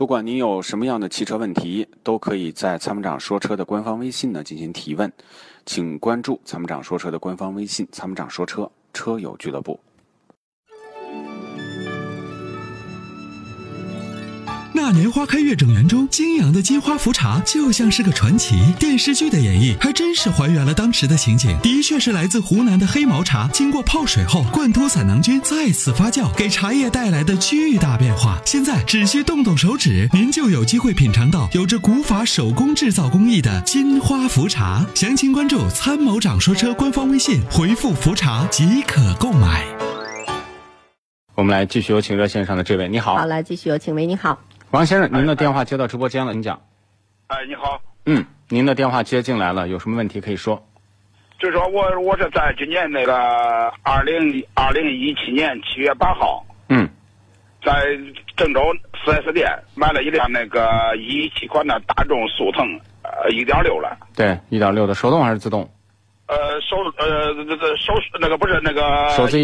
不管您有什么样的汽车问题，都可以在参谋长说车的官方微信进行提问，请关注参谋长说车的官方微信“参谋长说车车友俱乐部”。 那年花开月正圆中，泾阳的金花茯茶就像是个传奇。电视剧的演绎还真是还原了当时的情景，的确是来自湖南的黑毛茶，经过泡水后，灌脱散囊菌再次发酵，给茶叶带来的巨大变化。现在只需动动手指，您就有机会品尝到有着古法手工制造工艺的金花茯茶。详情关注参谋长说车官方微信，回复茯茶即可购买。 我们来继续有请热线上的这位，你好。 好，来继续有请，喂，你好。 王先生，您的电话接到直播间了，您讲。 你好。 您的电话接进来了，有什么问题可以说？ 就是说我是在今年那个2017年7月8号，在郑州 4S 店买了一辆那个17款的大众速腾1.6了。 对，1.6的手动还是自动？ 那个不是那个手自一体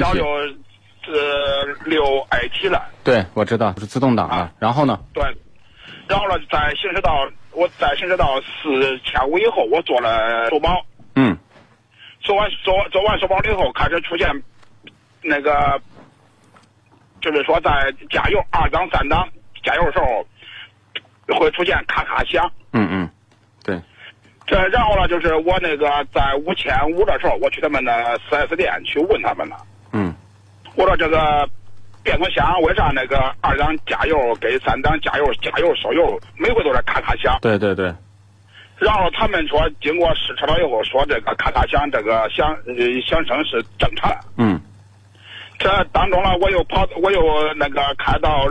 6 AT 了。对， 我知道是自动挡的。然后呢？ 对，然后呢，我在行驶到4500以后，我做了首保。做完首保了以后，开始出现那个，就是说在加油2档3档加油的时候会出现咔咔响。 对。 然后呢，就是我那个在5500的时候，我去他们的 4S 店去问他们了。我说这个变速箱为啥那个2档加油跟3档加油收油每回都是咔咔响？对。然后他们说，经过试车了以后，说这个咔咔响，这个响声是正常的。这当中呢，我又那个开到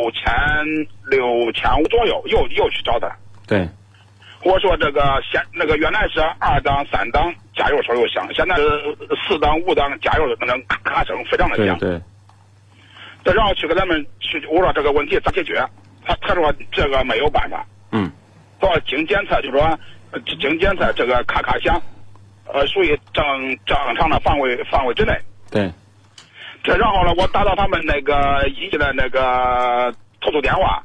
6500左右，又去找他。对。我说这个那个原来是2档3档加油收油响，现在是4档5档加油那种咔咔声非常的响。对。然后去跟他们去，我说这个问题咋解决？他说这个没有办法。说经检测，就说经检测这个咔咔响，属于正常的范围之内。对。然后呢，我打到他们那个1级的那个投诉电话。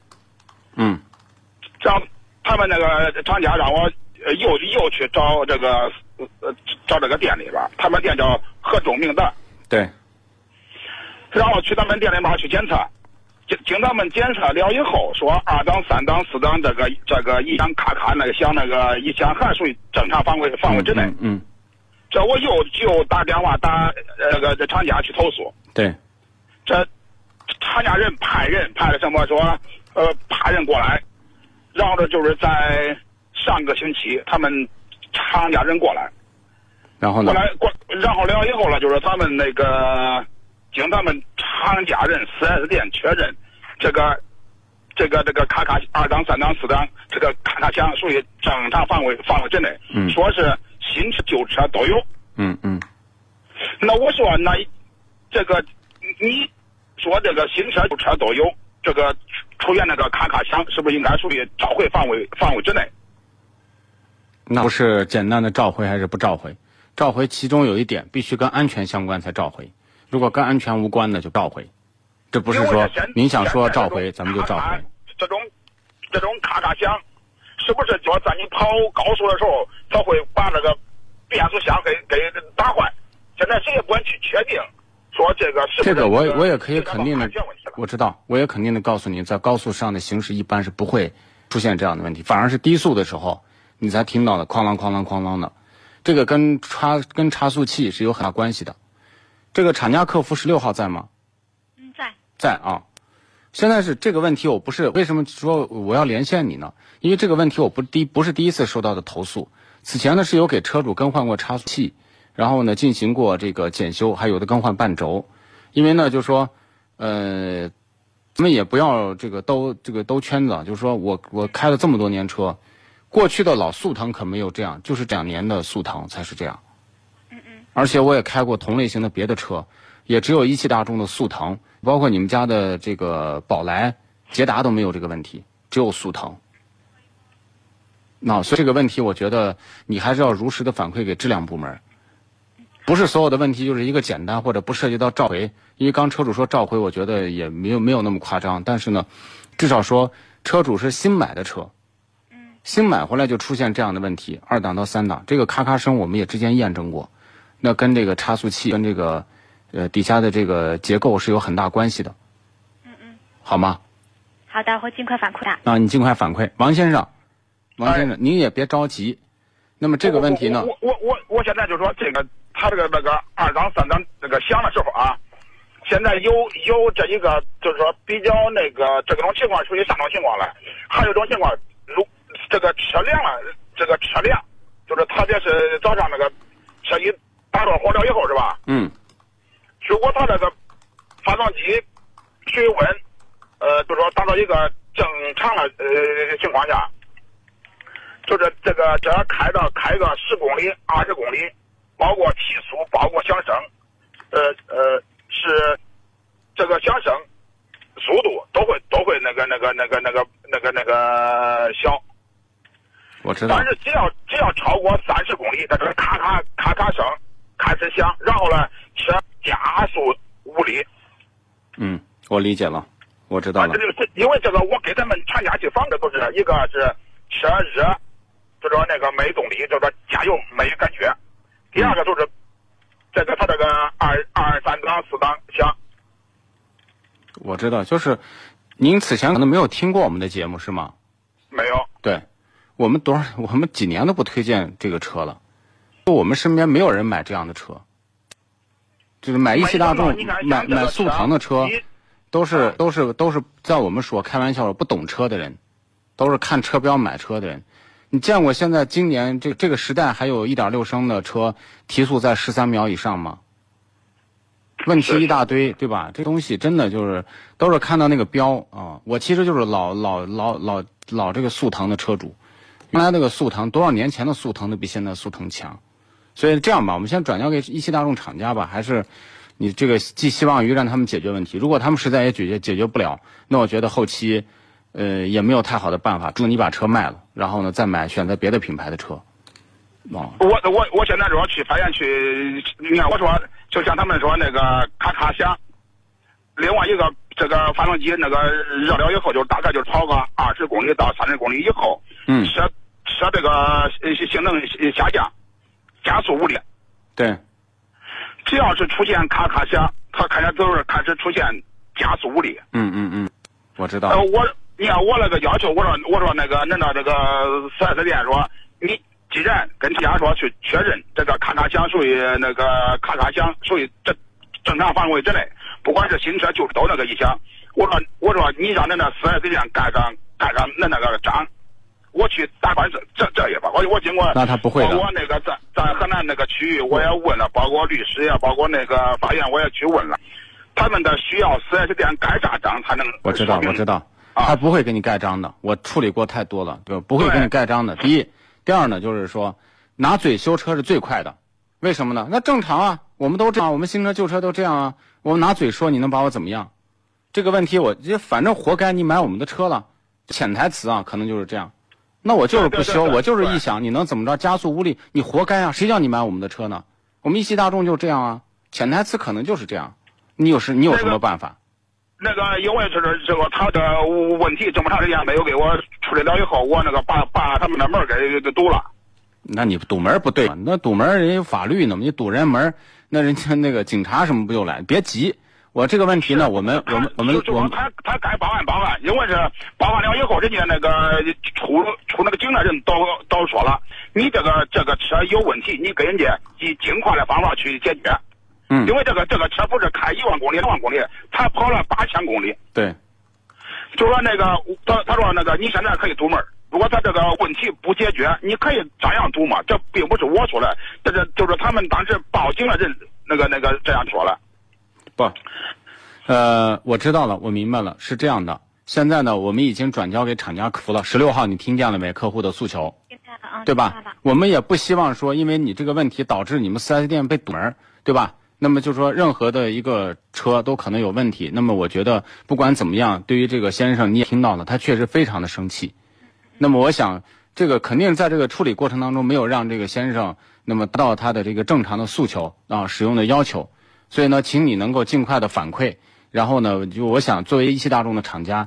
然后他们那个厂家让我又去找这个店里边，他们店叫和中明德。对。然后去他们店里边去检测，经他们检测了以后，说2档3档4档这个一响咔咔那个响那个一响还属于正常范围之内。这我又打电话打这厂家去投诉。对。这厂家人派了什么说派人过来，然后呢就是在上个星期他们厂家人过来，然后呢然后了以后呢，就是他们那个经他们厂家人 4S 店确认，这个咔咔2档3档4档这个咔咔响属于正常范围之内。说是新车旧车都有。那我说那这个你说这个新车旧车都有，这个出现那个咔咔响，是不是应该属于召回范围之内？ 那不是简单的召回还是不召回？召回其中有一点必须跟安全相关才召回，如果跟安全无关的就召回。这不是说您想说召回咱们就召回。 这种咔咔响，是不是就在你跑高速的时候，它会把那个变速箱给打坏？现在谁也不敢去确定，说这个是不是这个我也可以肯定的，我知道，我也肯定的告诉你，在高速上的行驶一般是不会出现这样的问题，反而是低速的时候你才听到的哐啷哐啷哐啷的，这个跟差速器是有很大关系的。这个厂家客服16号在吗？在啊。现在是这个问题，我不是为什么说我要连线你呢？因为这个问题我不是第一次收到的投诉，此前呢是有给车主更换过差速器，然后呢进行过这个检修，还有的更换半轴。因为呢就说咱们也不要这个兜圈子，就是说我开了这么多年车，过去的老速腾可没有这样，就是这2年的速腾才是这样。而且我也开过同类型的别的车，也只有一汽大众的速腾，包括你们家的这个宝来、捷达都没有这个问题，只有速腾。所以这个问题我觉得你还是要如实的反馈给质量部门，不是所有的问题就是一个简单或者不涉及到召回。因为刚车主说召回，我觉得也没有那么夸张，但是呢至少说车主是新买的车，新买回来就出现这样的问题，2档到3档，这个咔咔声我们也之前验证过，那跟这个差速器跟这个底下的这个结构是有很大关系的。好吗？ 好的，会尽快反馈的。 啊，你尽快反馈，王先生，您也别着急。那么这个问题呢？ 我现在就说这个，他这个那个2档3档那个响的时候啊，现在有这一个就是说比较那个这种情况属于3种情况了，还有一种情况，这个车辆啊，这个车辆就是特别是早上那个车一打着火了以后是吧？如果他这个发动机水温就是说达到一个正常的情况下，就是这个开个10公里、20公里，包括提速，包括响声，是这个响声速度都会那个小。 我知道。 但是只要超过30公里，它这个咔咔声开始响，然后呢车加速无力。 我理解了。我知道了， 因为这个我给他们全家去访的都是一个是车热，就说那个没动力，就说加油没感觉；第二个就是这个他这个2、3档、4档响。 我知道，就是您此前可能没有听过我们的节目是吗？ 没有。 对，我们几年都不推荐这个车了，我们身边没有人买这样的车，就是买一汽大众、买速腾的车。都是在我们说开玩笑不懂车的人，都是看车标买车的人。你见过现在今年这个时代还有1.6升的车提速在13秒以上吗？问题一大堆，对吧？这东西真的都是看到那个标啊。我其实就是老这个速腾的车主，原来那个速腾多少年前的速腾都比现在速腾强。所以这样吧，我们先转交给一汽大众厂家吧，还是你这个寄希望于让他们解决问题。如果他们实在也解决不了，那我觉得后期也没有太好的办法，除了你把车卖了，然后呢再选择别的品牌的车。 我现在主要去法院去，你看我说就像他们说那个咔咔响，另外一个这个发动机那个热了以后，就大概就超个20公里到30公里以后，车这个性能下降，加速无力。 对。 只要是出现咔咔响，它开始出现加速无力。 我知道。 你看我那个要求，我说那个恁那这个4S店说，你既然跟厂家说去确认这个咔咔响属于那个咔咔响属于正常范围之内，不管是新车旧车都那个异响。我说你让恁那4S店盖上恁那个章。我去打官司，这也吧。我经过， 那他不会的。 包括那个在河南那个区域，我也问了，包括律师呀，包括那个法院，我也去问了。他们的需要4S店盖啥章才能？ 我知道，他不会给你盖章的。我处理过太多了，对吧？不会给你盖章的。第一，第二呢，就是说拿嘴修车是最快的。为什么呢？那正常啊，我们都这样，我们新车旧车都这样啊。我们拿嘴说，你能把我怎么样？这个问题我反正活该，你买我们的车了。潜台词啊，可能就是这样。那我就是不修，我就是一想，你能怎么着？加速无力，你活该啊！谁叫你买我们的车呢？我们一汽大众就这样啊，潜台词可能就是这样。你有什么办法？ 那个因为是这个他的问题这么长时间没有给我处理了以后，我那个把他们的门给堵了。 那你堵门不对，那堵门人有法律呢嘛，你堵人门，那人家那个警察什么不就来？别急。我这个问题呢，我们他该报案，因为是报案了以后，人家那个出那个警的人都说了，你这个车有问题，你跟人家以尽快的方法去解决。因为这个车不是开1万公里、2万公里，他跑了8000公里。 对。 就说那个他说那个你现在可以堵门，如果他这个问题不解决，你可以照样堵嘛。这并不是我说的，这就是他们当时报警的人那个这样说了。 不，我知道了，我明白了，是这样的。现在呢，我们已经转交给厂家客服了。16号你听见了没？客户的诉求，对吧？我们也不希望说，因为你这个问题导致你们4S店被堵门，对吧？那么就说任何的一个车都可能有问题。那么我觉得不管怎么样，对于这个先生你也听到了，他确实非常的生气。那么我想，这个肯定在这个处理过程当中没有让这个先生那么达到他的这个正常的诉求啊，使用的要求。所以呢，请你能够尽快的反馈，然后呢，就我想作为一汽大众的厂家，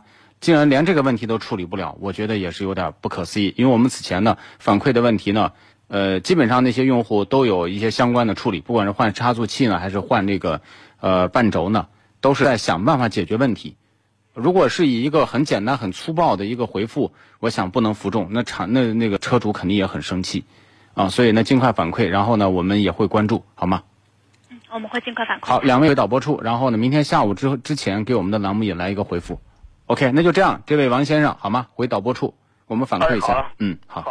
竟然连这个问题都处理不了，我觉得也是有点不可思议。因为我们此前呢反馈的问题呢，基本上那些用户都有一些相关的处理，不管是换差速器呢，还是换这个半轴呢，都是在想办法解决问题。如果是以一个很简单很粗暴的一个回复，我想不能服众，那个车主肯定也很生气啊。所以呢尽快反馈，然后呢我们也会关注，好吗？ 我们会尽快反馈。 好，2位导播处，然后呢明天下午之前给我们的栏目也来一个回复。OK， 那就这样，这位王先生好吗？回导播处我们反馈一下。好。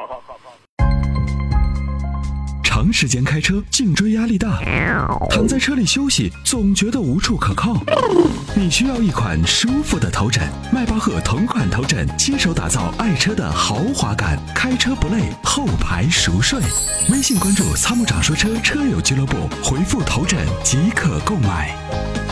长时间开车，颈椎压力大，躺在车里休息，总觉得无处可靠。你需要一款舒服的头枕，迈巴赫同款头枕，亲手打造爱车的豪华感，开车不累，后排熟睡。微信关注参谋长说车车友俱乐部，回复头枕即可购买。